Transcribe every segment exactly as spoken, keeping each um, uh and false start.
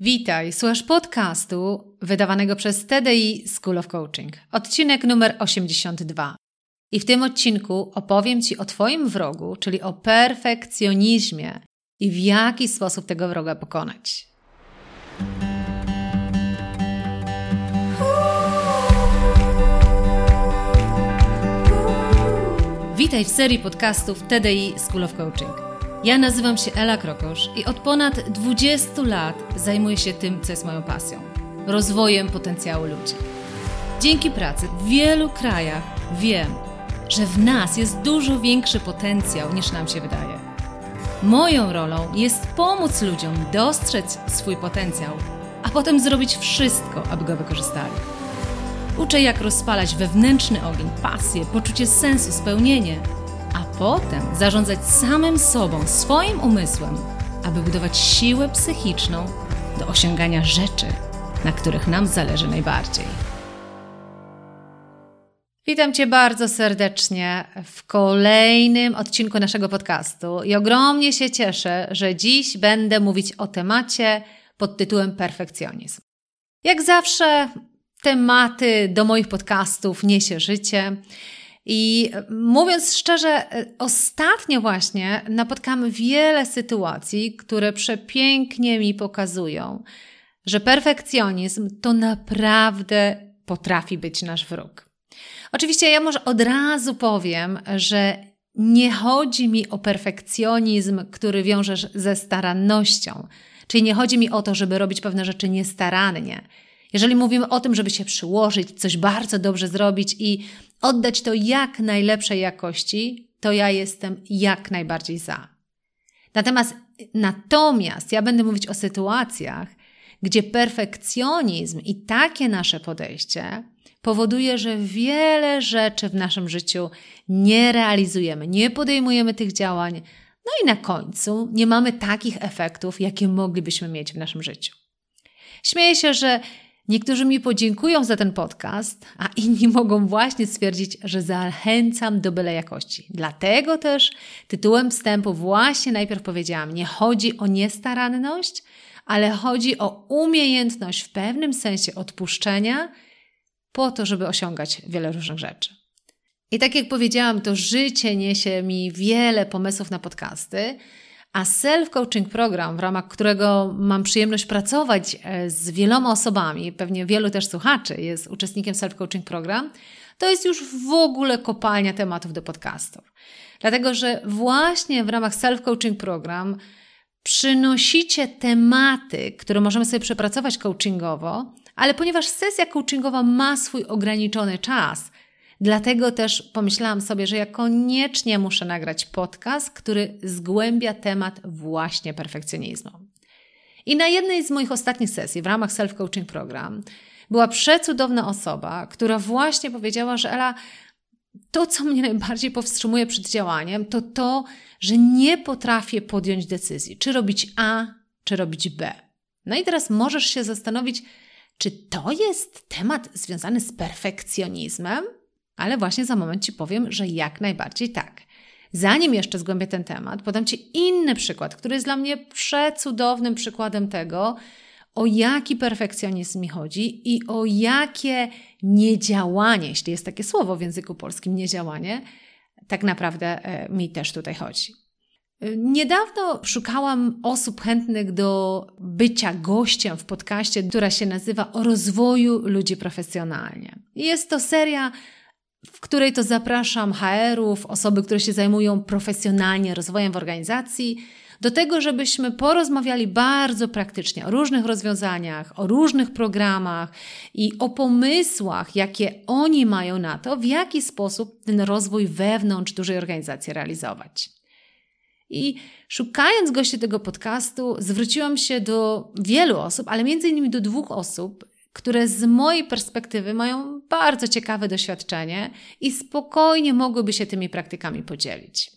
Witaj, słuchasz podcastu wydawanego przez T D I School of Coaching, odcinek numer osiemdziesiąt dwa. I w tym odcinku opowiem Ci o Twoim wrogu, czyli o perfekcjonizmie i w jaki sposób tego wroga pokonać. Witaj w serii podcastów T D I School of Coaching. Ja nazywam się Ela Krokosz i od ponad dwudziestu lat zajmuję się tym, co jest moją pasją – rozwojem potencjału ludzi. Dzięki pracy w wielu krajach wiem, że w nas jest dużo większy potencjał niż nam się wydaje. Moją rolą jest pomóc ludziom dostrzec swój potencjał, a potem zrobić wszystko, aby go wykorzystali. Uczę, jak rozpalać wewnętrzny ogień, pasję, poczucie sensu, spełnienie, a potem zarządzać samym sobą, swoim umysłem, aby budować siłę psychiczną do osiągania rzeczy, na których nam zależy najbardziej. Witam Cię bardzo serdecznie w kolejnym odcinku naszego podcastu i ogromnie się cieszę, że dziś będę mówić o temacie pod tytułem perfekcjonizm. Jak zawsze tematy do moich podcastów niesie życie. I mówiąc szczerze, ostatnio właśnie napotkałam wiele sytuacji, które przepięknie mi pokazują, że perfekcjonizm to naprawdę potrafi być nasz wróg. Oczywiście ja może od razu powiem, że nie chodzi mi o perfekcjonizm, który wiążesz ze starannością. Czyli nie chodzi mi o to, żeby robić pewne rzeczy niestarannie. Jeżeli mówimy o tym, żeby się przyłożyć, coś bardzo dobrze zrobić i oddać to jak najlepszej jakości, to ja jestem jak najbardziej za. Natomiast, natomiast ja będę mówić o sytuacjach, gdzie perfekcjonizm i takie nasze podejście powoduje, że wiele rzeczy w naszym życiu nie realizujemy, nie podejmujemy tych działań, no i na końcu nie mamy takich efektów, jakie moglibyśmy mieć w naszym życiu. Śmieję się, że niektórzy mi podziękują za ten podcast, a inni mogą właśnie stwierdzić, że zachęcam do byle jakości. Dlatego też tytułem wstępu właśnie najpierw powiedziałam, nie chodzi o niestaranność, ale chodzi o umiejętność w pewnym sensie odpuszczenia po to, żeby osiągać wiele różnych rzeczy. I tak jak powiedziałam, to życie niesie mi wiele pomysłów na podcasty, a Self-Coaching Program, w ramach którego mam przyjemność pracować z wieloma osobami, pewnie wielu też słuchaczy jest uczestnikiem Self-Coaching Program, to jest już w ogóle kopalnia tematów do podcastów. Dlatego, że właśnie w ramach Self-Coaching Program przynosicie tematy, które możemy sobie przepracować coachingowo, ale ponieważ sesja coachingowa ma swój ograniczony czas, dlatego też pomyślałam sobie, że ja koniecznie muszę nagrać podcast, który zgłębia temat właśnie perfekcjonizmu. I na jednej z moich ostatnich sesji w ramach Self-Coaching Program była przecudowna osoba, która właśnie powiedziała, że Ela, to co mnie najbardziej powstrzymuje przed działaniem, to to, że nie potrafię podjąć decyzji, czy robić A, czy robić B. No i teraz możesz się zastanowić, czy to jest temat związany z perfekcjonizmem? Ale właśnie za moment Ci powiem, że jak najbardziej tak. Zanim jeszcze zgłębię ten temat, podam Ci inny przykład, który jest dla mnie przecudownym przykładem tego, o jaki perfekcjonizm mi chodzi i o jakie niedziałanie, jeśli jest takie słowo w języku polskim, niedziałanie, tak naprawdę mi też tutaj chodzi. Niedawno szukałam osób chętnych do bycia gościem w podcaście, która się nazywa O rozwoju ludzi profesjonalnie. Jest to seria, w której to zapraszam H R-ów, osoby, które się zajmują profesjonalnie rozwojem w organizacji, do tego, żebyśmy porozmawiali bardzo praktycznie o różnych rozwiązaniach, o różnych programach i o pomysłach, jakie oni mają na to, w jaki sposób ten rozwój wewnątrz dużej organizacji realizować. I szukając gości tego podcastu, zwróciłam się do wielu osób, ale między innymi do dwóch osób, które z mojej perspektywy mają bardzo ciekawe doświadczenie i spokojnie mogłyby się tymi praktykami podzielić.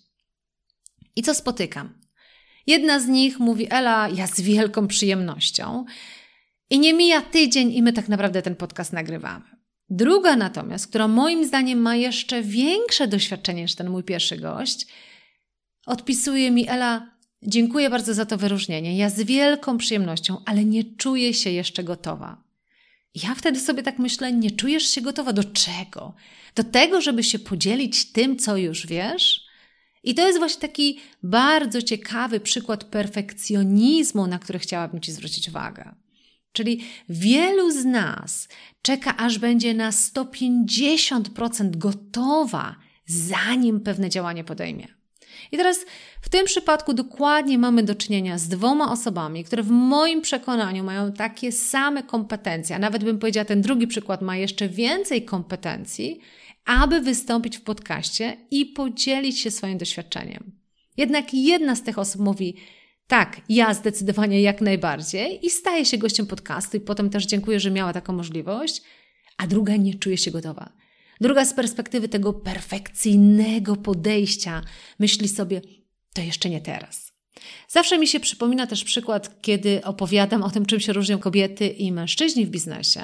I co spotykam? Jedna z nich mówi: Ela, ja z wielką przyjemnością. I nie mija tydzień i my tak naprawdę ten podcast nagrywamy. Druga natomiast, która moim zdaniem ma jeszcze większe doświadczenie niż ten mój pierwszy gość, odpisuje mi: Ela, dziękuję bardzo za to wyróżnienie, ja z wielką przyjemnością, ale nie czuję się jeszcze gotowa. Ja wtedy sobie tak myślę, nie czujesz się gotowa do czego? Do tego, żeby się podzielić tym, co już wiesz? I to jest właśnie taki bardzo ciekawy przykład perfekcjonizmu, na który chciałabym Ci zwrócić uwagę. Czyli wielu z nas czeka, aż będzie na sto pięćdziesiąt procent gotowa, zanim pewne działanie podejmie. I teraz w tym przypadku dokładnie mamy do czynienia z dwoma osobami, które w moim przekonaniu mają takie same kompetencje, a nawet bym powiedziała, ten drugi przykład ma jeszcze więcej kompetencji, aby wystąpić w podcaście i podzielić się swoim doświadczeniem. Jednak jedna z tych osób mówi, tak, ja zdecydowanie jak najbardziej i staje się gościem podcastu i potem też dziękuję, że miała taką możliwość, a druga nie czuje się gotowa. Druga z perspektywy tego perfekcyjnego podejścia myśli sobie, to jeszcze nie teraz. Zawsze mi się przypomina też przykład, kiedy opowiadam o tym, czym się różnią kobiety i mężczyźni w biznesie.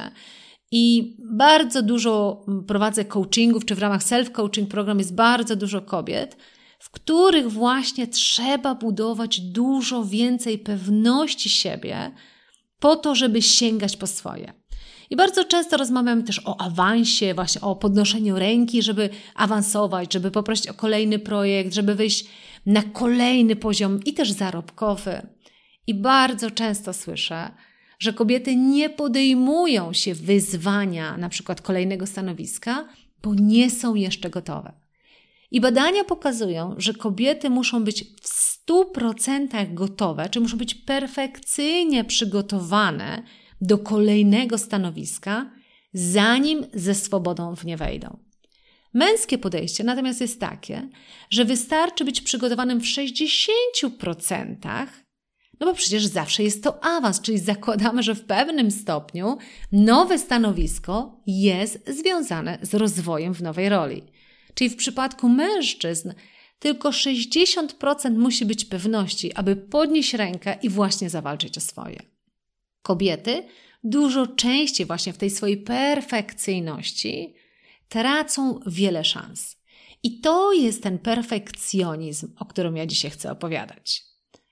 I bardzo dużo prowadzę coachingów, czy w ramach self-coaching program jest bardzo dużo kobiet, w których właśnie trzeba budować dużo więcej pewności siebie po to, żeby sięgać po swoje. I bardzo często rozmawiamy też o awansie, właśnie o podnoszeniu ręki, żeby awansować, żeby poprosić o kolejny projekt, żeby wyjść na kolejny poziom i też zarobkowy. I bardzo często słyszę, że kobiety nie podejmują się wyzwania, na przykład kolejnego stanowiska, bo nie są jeszcze gotowe. I badania pokazują, że kobiety muszą być w stu procentach gotowe, czy muszą być perfekcyjnie przygotowane do kolejnego stanowiska, zanim ze swobodą w nie wejdą. Męskie podejście natomiast jest takie, że wystarczy być przygotowanym w sześćdziesięciu procentach, no bo przecież zawsze jest to awans, czyli zakładamy, że w pewnym stopniu nowe stanowisko jest związane z rozwojem w nowej roli. Czyli w przypadku mężczyzn tylko sześćdziesiąt procent musi być pewności, aby podnieść rękę i właśnie zawalczyć o swoje. Kobiety dużo częściej właśnie w tej swojej perfekcyjności tracą wiele szans. I to jest ten perfekcjonizm, o którym ja dzisiaj chcę opowiadać.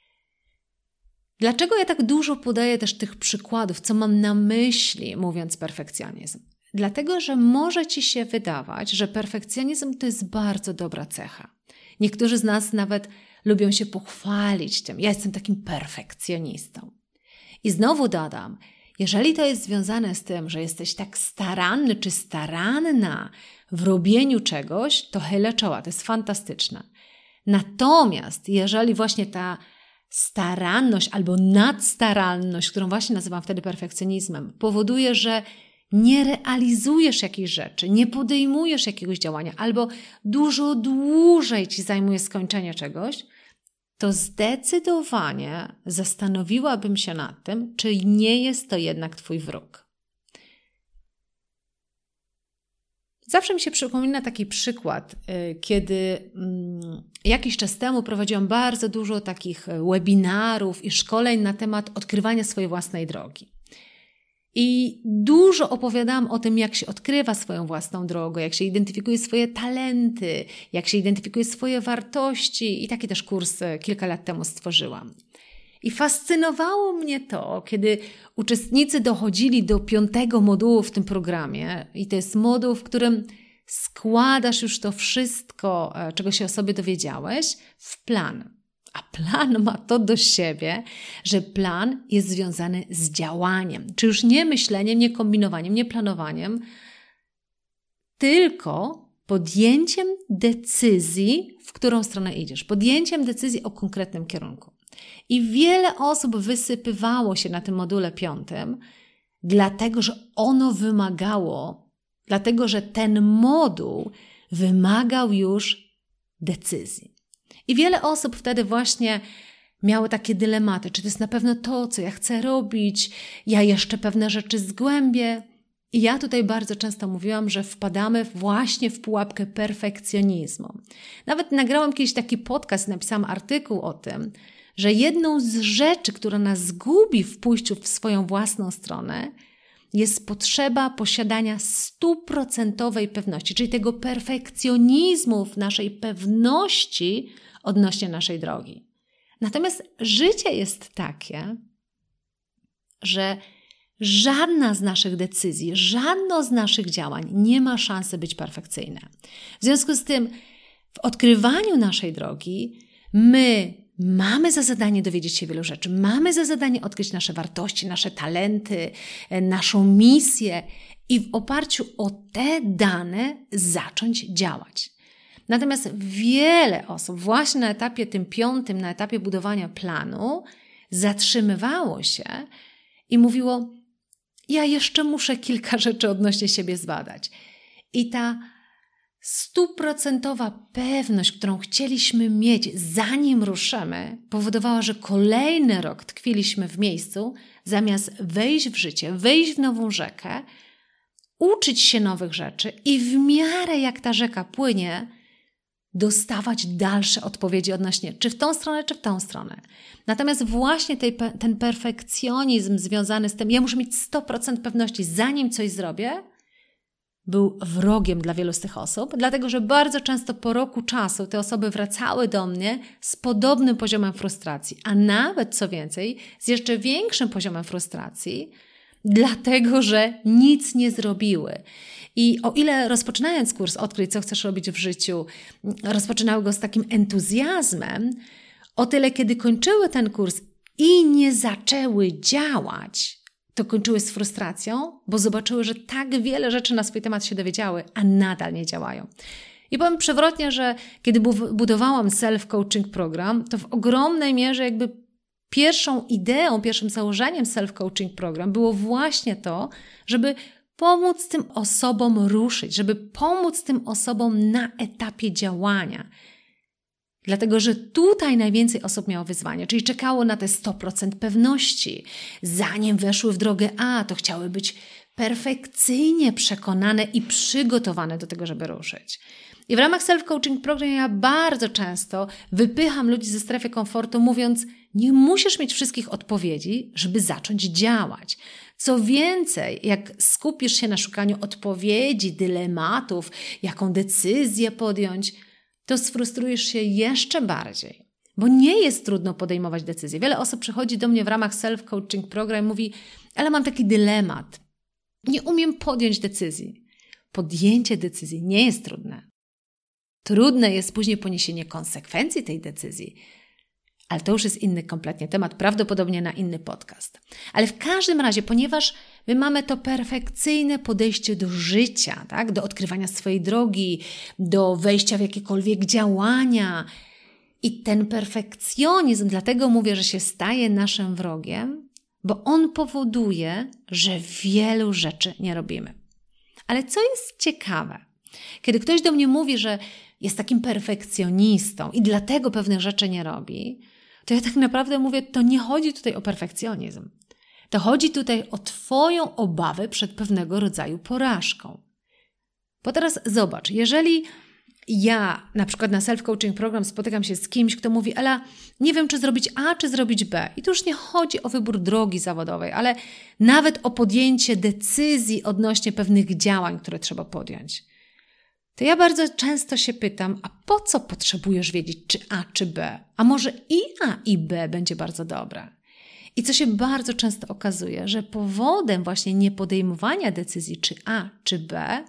Dlaczego ja tak dużo podaję też tych przykładów, co mam na myśli, mówiąc perfekcjonizm? Dlatego, że może Ci się wydawać, że perfekcjonizm to jest bardzo dobra cecha. Niektórzy z nas nawet lubią się pochwalić tym. Ja jestem takim perfekcjonistą. I znowu dodam, jeżeli to jest związane z tym, że jesteś tak staranny czy staranna w robieniu czegoś, to chylę czoła, to jest fantastyczne. Natomiast jeżeli właśnie ta staranność albo nadstaranność, którą właśnie nazywam wtedy perfekcjonizmem, powoduje, że nie realizujesz jakiejś rzeczy, nie podejmujesz jakiegoś działania albo dużo dłużej Ci zajmuje skończenie czegoś, to zdecydowanie zastanowiłabym się nad tym, czy nie jest to jednak Twój wróg. Zawsze mi się przypomina taki przykład, kiedy jakiś czas temu prowadziłam bardzo dużo takich webinarów i szkoleń na temat odkrywania swojej własnej drogi. I dużo opowiadałam o tym, jak się odkrywa swoją własną drogę, jak się identyfikuje swoje talenty, jak się identyfikuje swoje wartości i taki też kurs kilka lat temu stworzyłam. I fascynowało mnie to, kiedy uczestnicy dochodzili do piątego modułu w tym programie i to jest moduł, w którym składasz już to wszystko, czego się o sobie dowiedziałeś, w plan. A plan ma to do siebie, że plan jest związany z działaniem. Czy już nie myśleniem, nie kombinowaniem, nie planowaniem, tylko podjęciem decyzji, w którą stronę idziesz. Podjęciem decyzji o konkretnym kierunku. I wiele osób wysypywało się na tym module piątym, dlatego że ono wymagało, dlatego że ten moduł wymagał już decyzji. I wiele osób wtedy właśnie miało takie dylematy, czy to jest na pewno to, co ja chcę robić, ja jeszcze pewne rzeczy zgłębię. I ja tutaj bardzo często mówiłam, że wpadamy właśnie w pułapkę perfekcjonizmu. Nawet nagrałam kiedyś taki podcast, napisałam artykuł o tym, że jedną z rzeczy, która nas gubi w pójściu w swoją własną stronę, jest potrzeba posiadania stuprocentowej pewności, czyli tego perfekcjonizmu w naszej pewności odnośnie naszej drogi. Natomiast życie jest takie, że żadna z naszych decyzji, żadno z naszych działań nie ma szansy być perfekcyjne. W związku z tym w odkrywaniu naszej drogi my mamy za zadanie dowiedzieć się wielu rzeczy, mamy za zadanie odkryć nasze wartości, nasze talenty, naszą misję i w oparciu o te dane zacząć działać. Natomiast wiele osób właśnie na etapie tym piątym, na etapie budowania planu zatrzymywało się i mówiło: ja jeszcze muszę kilka rzeczy odnośnie siebie zbadać. I ta stuprocentowa pewność, którą chcieliśmy mieć, zanim ruszymy, powodowała, że kolejny rok tkwiliśmy w miejscu, zamiast wejść w życie, wejść w nową rzekę, uczyć się nowych rzeczy i w miarę jak ta rzeka płynie, dostawać dalsze odpowiedzi odnośnie czy w tą stronę, czy w tą stronę. Natomiast właśnie tej, ten perfekcjonizm związany z tym, ja muszę mieć sto procent pewności, zanim coś zrobię, był wrogiem dla wielu z tych osób, dlatego że bardzo często po roku czasu te osoby wracały do mnie z podobnym poziomem frustracji, a nawet co więcej, z jeszcze większym poziomem frustracji, dlatego że nic nie zrobiły. I o ile rozpoczynając kurs Odkryj, co chcesz robić w życiu, rozpoczynały go z takim entuzjazmem, o tyle kiedy kończyły ten kurs i nie zaczęły działać, to kończyły z frustracją, bo zobaczyły, że tak wiele rzeczy na swój temat się dowiedziały, a nadal nie działają. I powiem przewrotnie, że kiedy budowałam self-coaching program, to w ogromnej mierze jakby pierwszą ideą, pierwszym założeniem self-coaching program było właśnie to, żeby pomóc tym osobom ruszyć, żeby pomóc tym osobom na etapie działania. Dlatego, że tutaj najwięcej osób miało wyzwanie, czyli czekało na te sto procent pewności. Zanim weszły w drogę A, to chciały być perfekcyjnie przekonane i przygotowane do tego, żeby ruszyć. I w ramach self-coaching program ja bardzo często wypycham ludzi ze strefy komfortu, mówiąc: nie musisz mieć wszystkich odpowiedzi, żeby zacząć działać. Co więcej, jak skupisz się na szukaniu odpowiedzi, dylematów, jaką decyzję podjąć, to sfrustrujesz się jeszcze bardziej, bo nie jest trudno podejmować decyzje. Wiele osób przychodzi do mnie w ramach self-coaching program i mówi: ale mam taki dylemat, nie umiem podjąć decyzji. Podjęcie decyzji nie jest trudne. Trudne jest później poniesienie konsekwencji tej decyzji, ale to już jest inny kompletnie temat, prawdopodobnie na inny podcast. Ale w każdym razie, ponieważ my mamy to perfekcyjne podejście do życia, tak? Do odkrywania swojej drogi, do wejścia w jakiekolwiek działania i ten perfekcjonizm, dlatego mówię, że się staje naszym wrogiem, bo on powoduje, że wielu rzeczy nie robimy. Ale co jest ciekawe, kiedy ktoś do mnie mówi, że jest takim perfekcjonistą i dlatego pewnych rzeczy nie robi, to ja tak naprawdę mówię, to nie chodzi tutaj o perfekcjonizm. To chodzi tutaj o Twoją obawę przed pewnego rodzaju porażką. Bo teraz zobacz, jeżeli ja na przykład na self-coaching program spotykam się z kimś, kto mówi: Ela, nie wiem, czy zrobić A, czy zrobić B. I tu już nie chodzi o wybór drogi zawodowej, ale nawet o podjęcie decyzji odnośnie pewnych działań, które trzeba podjąć. To ja bardzo często się pytam: a po co potrzebujesz wiedzieć, czy A, czy B? A może i A, i B będzie bardzo dobre? I co się bardzo często okazuje, że powodem właśnie niepodejmowania decyzji, czy A, czy B,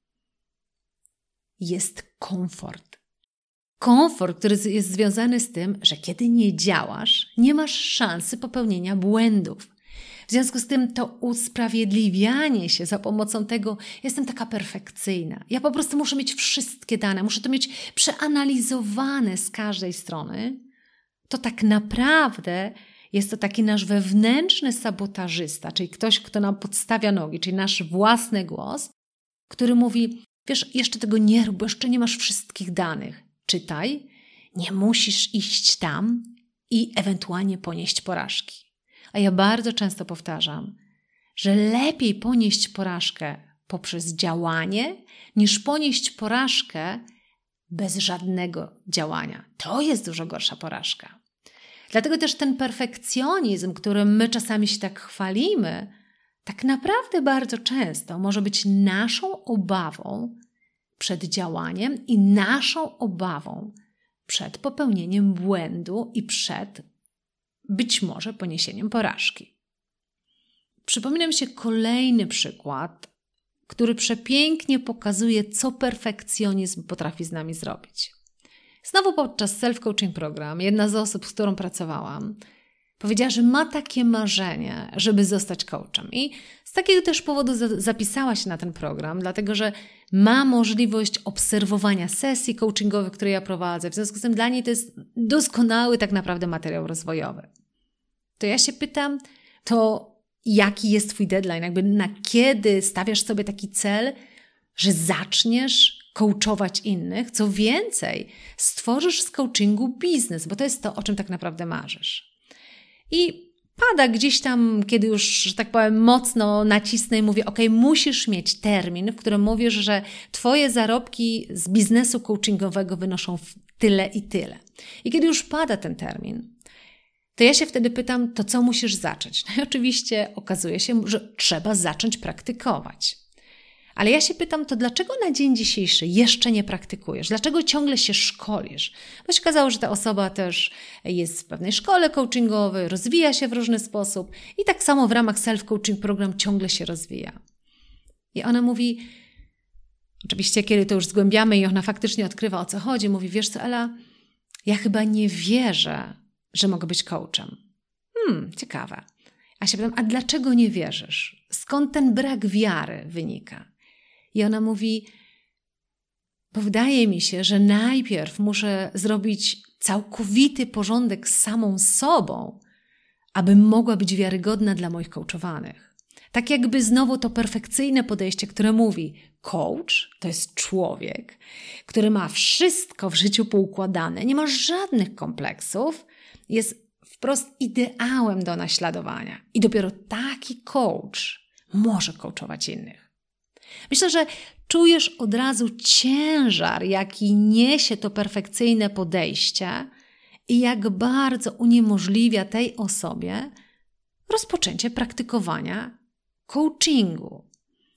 jest komfort. Komfort, który jest związany z tym, że kiedy nie działasz, nie masz szansy popełnienia błędów. W związku z tym to usprawiedliwianie się za pomocą tego: jestem taka perfekcyjna, ja po prostu muszę mieć wszystkie dane, muszę to mieć przeanalizowane z każdej strony, to tak naprawdę jest to taki nasz wewnętrzny sabotażysta, czyli ktoś, kto nam podstawia nogi, czyli nasz własny głos, który mówi: wiesz, jeszcze tego nie rób, bo jeszcze nie masz wszystkich danych. Czytaj, nie musisz iść tam i ewentualnie ponieść porażki. A ja bardzo często powtarzam, że lepiej ponieść porażkę poprzez działanie, niż ponieść porażkę bez żadnego działania. To jest dużo gorsza porażka. Dlatego też ten perfekcjonizm, którym my czasami się tak chwalimy, tak naprawdę bardzo często może być naszą obawą przed działaniem i naszą obawą przed popełnieniem błędu i przed być może poniesieniem porażki. Przypomina mi się kolejny przykład, który przepięknie pokazuje, co perfekcjonizm potrafi z nami zrobić. Znowu podczas self-coaching program jedna z osób, z którą pracowałam, powiedziała, że ma takie marzenie, żeby zostać coachem. I z takiego też powodu za- zapisała się na ten program, dlatego że ma możliwość obserwowania sesji coachingowych, które ja prowadzę. W związku z tym dla niej to jest doskonały tak naprawdę materiał rozwojowy. To ja się pytam, to jaki jest Twój deadline? Jakby na kiedy stawiasz sobie taki cel, że zaczniesz coachować innych? Co więcej, stworzysz z coachingu biznes, bo to jest to, o czym tak naprawdę marzysz. I pada gdzieś tam, kiedy już, że tak powiem, mocno nacisnę i mówię, ok, musisz mieć termin, w którym mówisz, że Twoje zarobki z biznesu coachingowego wynoszą tyle i tyle. I kiedy już pada ten termin, to ja się wtedy pytam, to co musisz zacząć? No i oczywiście okazuje się, że trzeba zacząć praktykować. Ale ja się pytam, to dlaczego na dzień dzisiejszy jeszcze nie praktykujesz? Dlaczego ciągle się szkolisz? Bo się okazało, że ta osoba też jest w pewnej szkole coachingowej, rozwija się w różny sposób i tak samo w ramach self-coaching program ciągle się rozwija. I ona mówi, oczywiście kiedy to już zgłębiamy i ona faktycznie odkrywa, o co chodzi, mówi, wiesz co, Ela, ja chyba nie wierzę, że mogę być coachem. Hmm, ciekawe. A się pytam, a dlaczego nie wierzysz? Skąd ten brak wiary wynika? I ona mówi, bo wydaje mi się, że najpierw muszę zrobić całkowity porządek z samą sobą, abym mogła być wiarygodna dla moich coachowanych. Tak jakby znowu to perfekcyjne podejście, które mówi, coach to jest człowiek, który ma wszystko w życiu poukładane, nie ma żadnych kompleksów, jest wprost ideałem do naśladowania. I dopiero taki coach może coachować innych. Myślę, że czujesz od razu ciężar, jaki niesie to perfekcyjne podejście i jak bardzo uniemożliwia tej osobie rozpoczęcie praktykowania coachingu.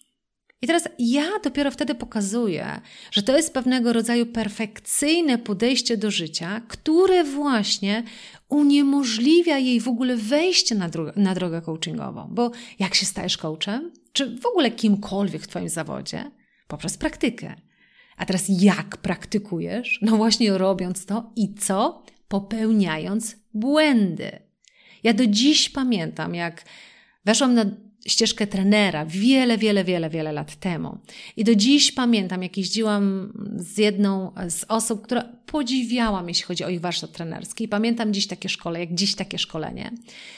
I teraz ja dopiero wtedy pokazuję, że to jest pewnego rodzaju perfekcyjne podejście do życia, które właśnie uniemożliwia jej w ogóle wejście na, dro- na drogę coachingową. Bo jak się stajesz coachem, czy w ogóle kimkolwiek w Twoim zawodzie? Poprzez praktykę. A teraz jak praktykujesz? No właśnie robiąc to i co? Popełniając błędy. Ja do dziś pamiętam, jak weszłam na ścieżkę trenera wiele, wiele, wiele, wiele lat temu. I do dziś pamiętam, jak jeździłam z jedną z osób, która podziwiała mnie, jeśli chodzi o ich warsztat trenerski. I pamiętam dziś takie szkole, jak dziś takie szkolenie.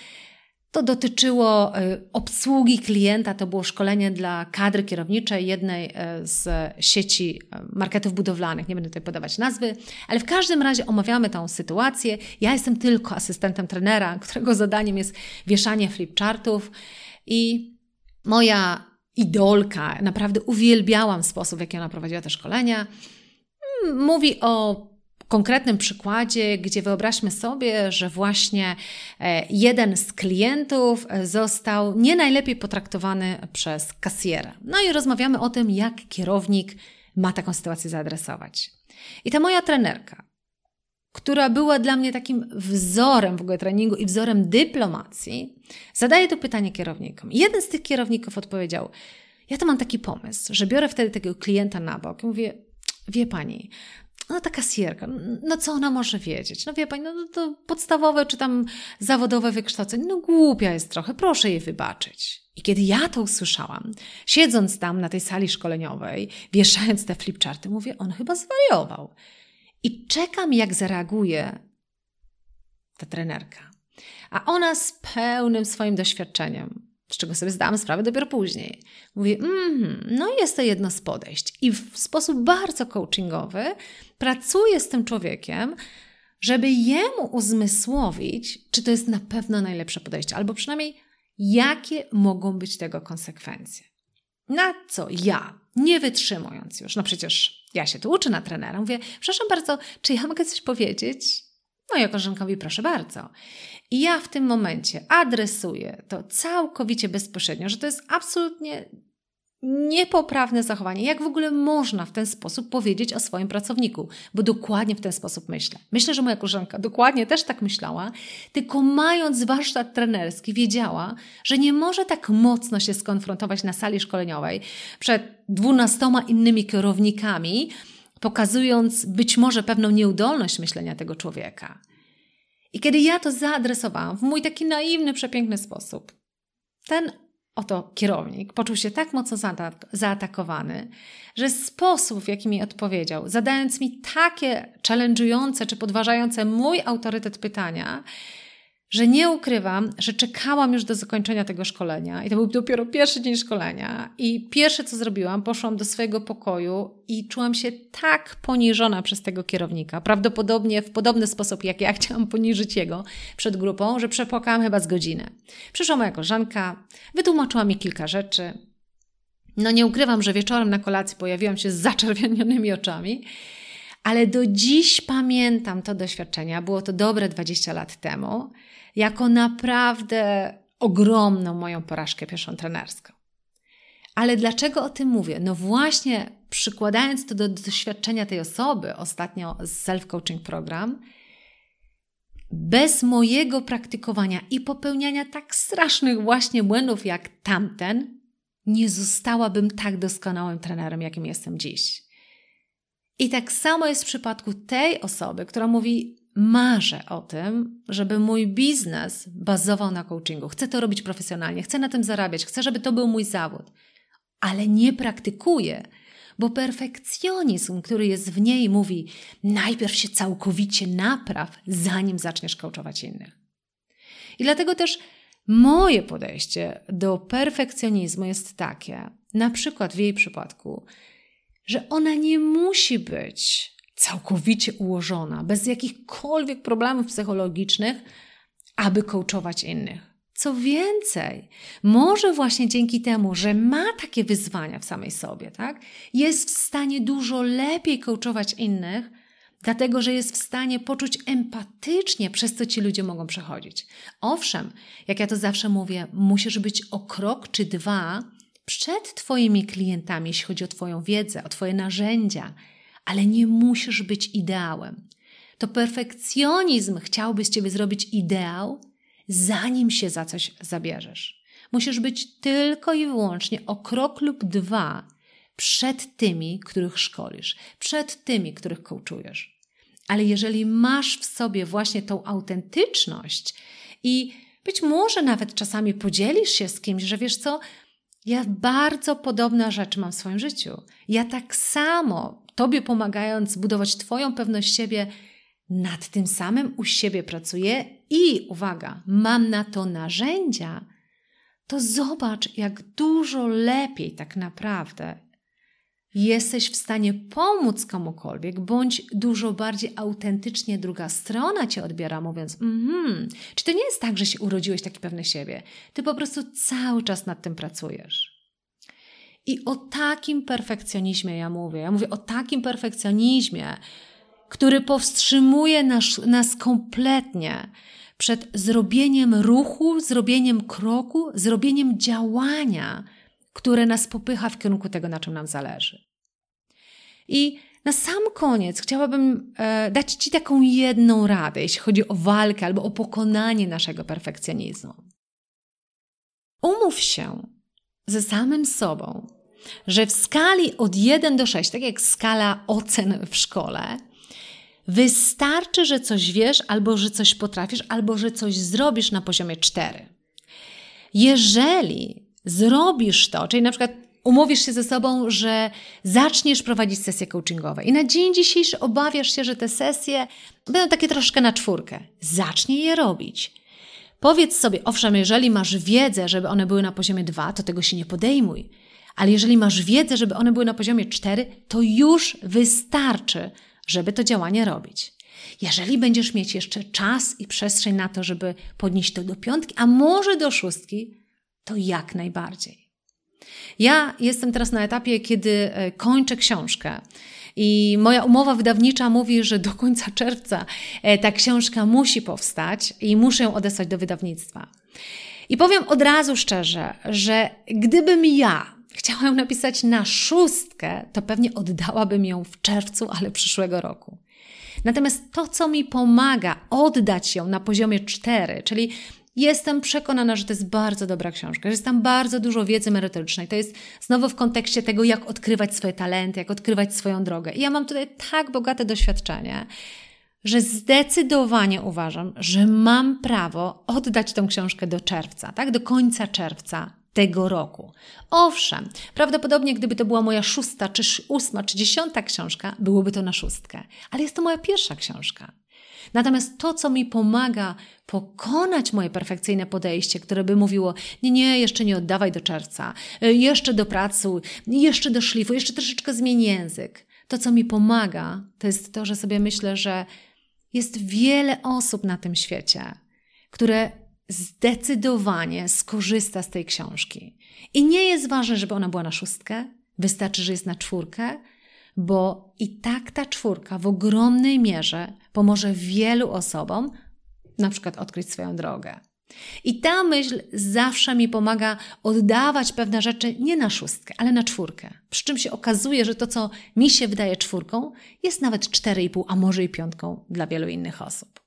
To dotyczyło obsługi klienta, to było szkolenie dla kadry kierowniczej jednej z sieci marketów budowlanych. Nie będę tutaj podawać nazwy, ale w każdym razie omawiamy tą sytuację. Ja jestem tylko asystentem trenera, którego zadaniem jest wieszanie flipchartów. I moja idolka, naprawdę uwielbiałam sposób, w jaki ona prowadziła te szkolenia, mówi o konkretnym przykładzie, gdzie wyobraźmy sobie, że właśnie jeden z klientów został nie najlepiej potraktowany przez kasjera. No i rozmawiamy o tym, jak kierownik ma taką sytuację zaadresować. I ta moja trenerka, która była dla mnie takim wzorem w ogóle treningu i wzorem dyplomacji, zadaje to pytanie kierownikom. I jeden z tych kierowników odpowiedział, ja to mam taki pomysł, że biorę wtedy tego klienta na bok i mówię, wie pani, no ta kasjerka, no co ona może wiedzieć? No wie pani, no to podstawowe czy tam zawodowe wykształcenie, no głupia jest trochę, proszę jej wybaczyć. I kiedy ja to usłyszałam, siedząc tam na tej sali szkoleniowej, wieszając te flipcharty, mówię, on chyba zwariował. I czekam, jak zareaguje ta trenerka. A ona z pełnym swoim doświadczeniem, z czego sobie zdałam sprawę dopiero później, mówi, mm, no jest to jedno z podejść. I w sposób bardzo coachingowy pracuje z tym człowiekiem, żeby jemu uzmysłowić, czy to jest na pewno najlepsze podejście, albo przynajmniej jakie mogą być tego konsekwencje. Na co ja, nie wytrzymując już, no przecież ja się tu uczę na trenera, mówię, przepraszam bardzo, czy ja mogę coś powiedzieć? No i koleżanka mówi, proszę bardzo. I ja w tym momencie adresuję to całkowicie bezpośrednio, że to jest absolutnie niepoprawne zachowanie. Jak w ogóle można w ten sposób powiedzieć o swoim pracowniku? Bo dokładnie w ten sposób myślę. Myślę, że moja koleżanka dokładnie też tak myślała, tylko mając warsztat trenerski wiedziała, że nie może tak mocno się skonfrontować na sali szkoleniowej przed dwunastoma innymi kierownikami, pokazując być może pewną nieudolność myślenia tego człowieka. I kiedy ja to zaadresowałam w mój taki naiwny, przepiękny sposób, ten oto kierownik poczuł się tak mocno zaatak- zaatakowany, że sposób, w jaki mi odpowiedział, zadając mi takie challenge'ujące czy podważające mój autorytet pytania, że nie ukrywam, że czekałam już do zakończenia tego szkolenia i to był dopiero pierwszy dzień szkolenia i pierwsze co zrobiłam, poszłam do swojego pokoju i czułam się tak poniżona przez tego kierownika, prawdopodobnie w podobny sposób jak ja chciałam poniżyć jego przed grupą, że przepłakałam chyba z godzinę. Przyszła moja koleżanka, wytłumaczyła mi kilka rzeczy. No nie ukrywam, że wieczorem na kolacji pojawiłam się z zaczerwienionymi oczami, ale do dziś pamiętam to doświadczenie, było to dobre dwadzieścia lat temu, jako naprawdę ogromną moją porażkę pierwszą trenerską. Ale dlaczego o tym mówię? No właśnie przykładając to do doświadczenia tej osoby, ostatnio z Self-Coaching Program, bez mojego praktykowania i popełniania tak strasznych właśnie błędów jak tamten, nie zostałabym tak doskonałym trenerem, jakim jestem dziś. I tak samo jest w przypadku tej osoby, która mówi, marzę o tym, żeby mój biznes bazował na coachingu. Chcę to robić profesjonalnie, chcę na tym zarabiać, chcę, żeby to był mój zawód. Ale nie praktykuję, bo perfekcjonizm, który jest w niej, mówi, najpierw się całkowicie napraw, zanim zaczniesz coachować innych. I dlatego też moje podejście do perfekcjonizmu jest takie, na przykład w jej przypadku, że ona nie musi być całkowicie ułożona, bez jakichkolwiek problemów psychologicznych, aby coachować innych. Co więcej, może właśnie dzięki temu, że ma takie wyzwania w samej sobie, tak, jest w stanie dużo lepiej coachować innych, dlatego że jest w stanie poczuć empatycznie, przez co ci ludzie mogą przechodzić. Owszem, jak ja to zawsze mówię, musisz być o krok czy dwa przed twoimi klientami, jeśli chodzi o twoją wiedzę, o twoje narzędzia, ale nie musisz być ideałem. To perfekcjonizm chciałby z ciebie zrobić ideał, zanim się za coś zabierzesz. Musisz być tylko i wyłącznie o krok lub dwa przed tymi, których szkolisz, przed tymi, których coachujesz. Ale jeżeli masz w sobie właśnie tą autentyczność i być może nawet czasami podzielisz się z kimś, że wiesz co, ja bardzo podobne rzeczy mam w swoim życiu. Ja tak samo, tobie pomagając budować twoją pewność siebie, nad tym samym u siebie pracuję i, uwaga, mam na to narzędzia, to zobacz, jak dużo lepiej tak naprawdę jesteś w stanie pomóc komukolwiek, bądź dużo bardziej autentycznie druga strona cię odbiera, mówiąc, mhm, czy to nie jest tak, że się urodziłeś taki pewny siebie? Ty po prostu cały czas nad tym pracujesz. I o takim perfekcjonizmie ja mówię. Ja mówię o takim perfekcjonizmie, który powstrzymuje nas, nas kompletnie przed zrobieniem ruchu, zrobieniem kroku, zrobieniem działania, które nas popycha w kierunku tego, na czym nam zależy. I na sam koniec chciałabym e, dać ci taką jedną radę, jeśli chodzi o walkę albo o pokonanie naszego perfekcjonizmu. Umów się ze samym sobą, że w skali od jeden do sześciu, tak jak skala ocen w szkole, wystarczy, że coś wiesz, albo że coś potrafisz, albo że coś zrobisz na poziomie cztery. Jeżeli zrobisz to, czyli na przykład umówisz się ze sobą, że zaczniesz prowadzić sesje coachingowe i na dzień dzisiejszy obawiasz się, że te sesje będą takie troszkę na czwórkę. Zacznij je robić. Powiedz sobie, owszem, jeżeli masz wiedzę, żeby one były na poziomie dwa, to tego się nie podejmuj. Ale jeżeli masz wiedzę, żeby one były na poziomie cztery, to już wystarczy, żeby to działanie robić. Jeżeli będziesz mieć jeszcze czas i przestrzeń na to, żeby podnieść to do piątki, a może do szóstki, to jak najbardziej. Ja jestem teraz na etapie, kiedy kończę książkę i moja umowa wydawnicza mówi, że do końca czerwca ta książka musi powstać i muszę ją odesłać do wydawnictwa. I powiem od razu szczerze, że gdybym ja chciała ją napisać na szóstkę, to pewnie oddałabym ją w czerwcu, ale przyszłego roku. Natomiast to, co mi pomaga oddać ją na poziomie cztery, czyli jestem przekonana, że to jest bardzo dobra książka, że jest tam bardzo dużo wiedzy merytorycznej. To jest znowu w kontekście tego, jak odkrywać swoje talenty, jak odkrywać swoją drogę. I ja mam tutaj tak bogate doświadczenie, że zdecydowanie uważam, że mam prawo oddać tą książkę do czerwca, tak? Do końca czerwca tego roku. Owszem, prawdopodobnie gdyby to była moja szósta, czy ósma, czy dziesiąta książka, byłoby to na szóstkę. Ale jest to moja pierwsza książka. Natomiast to, co mi pomaga pokonać moje perfekcyjne podejście, które by mówiło, nie, nie, jeszcze nie oddawaj do czerwca, jeszcze do pracy, jeszcze do szlifu, jeszcze troszeczkę zmień język. To, co mi pomaga, to jest to, że sobie myślę, że jest wiele osób na tym świecie, które zdecydowanie skorzysta z tej książki. I nie jest ważne, żeby ona była na szóstkę, wystarczy, że jest na czwórkę, bo i tak ta czwórka w ogromnej mierze pomoże wielu osobom na przykład odkryć swoją drogę. I ta myśl zawsze mi pomaga oddawać pewne rzeczy nie na szóstkę, ale na czwórkę. Przy czym się okazuje, że to, co mi się wydaje czwórką, jest nawet cztery i pół, a może i piątką dla wielu innych osób.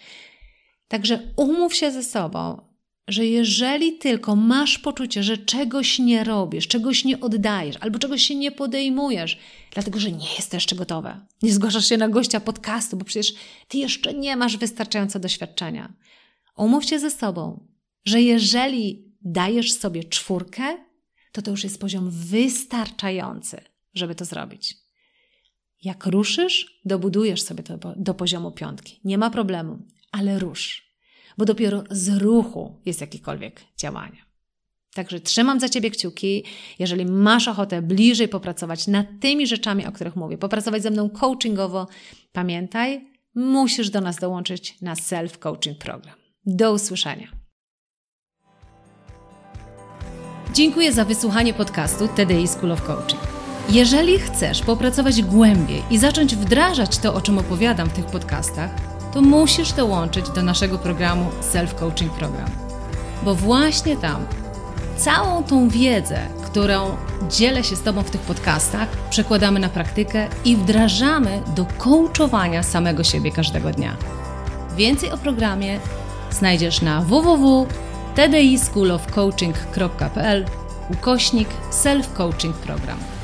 Także umów się ze sobą, że jeżeli tylko masz poczucie, że czegoś nie robisz, czegoś nie oddajesz albo czegoś się nie podejmujesz, dlatego że nie jesteś jeszcze gotowa, nie zgłaszasz się na gościa podcastu, bo przecież ty jeszcze nie masz wystarczająco doświadczenia. Umów się ze sobą, że jeżeli dajesz sobie czwórkę, to to już jest poziom wystarczający, żeby to zrobić. Jak ruszysz, dobudujesz sobie to do poziomu piątki. Nie ma problemu, ale rusz. Bo dopiero z ruchu jest jakiekolwiek działanie. Także trzymam za Ciebie kciuki. Jeżeli masz ochotę bliżej popracować nad tymi rzeczami, o których mówię, popracować ze mną coachingowo, pamiętaj, musisz do nas dołączyć na Self-Coaching Program. Do usłyszenia. Dziękuję za wysłuchanie podcastu T D I School of Coaching. Jeżeli chcesz popracować głębiej i zacząć wdrażać to, o czym opowiadam w tych podcastach, to musisz dołączyć do naszego programu Self-Coaching Program. Bo właśnie tam całą tą wiedzę, którą dzielę się z Tobą w tych podcastach, przekładamy na praktykę i wdrażamy do coachowania samego siebie każdego dnia. Więcej o programie znajdziesz na w w w kropka t d i school of coaching kropka p l ukośnik self-coaching program.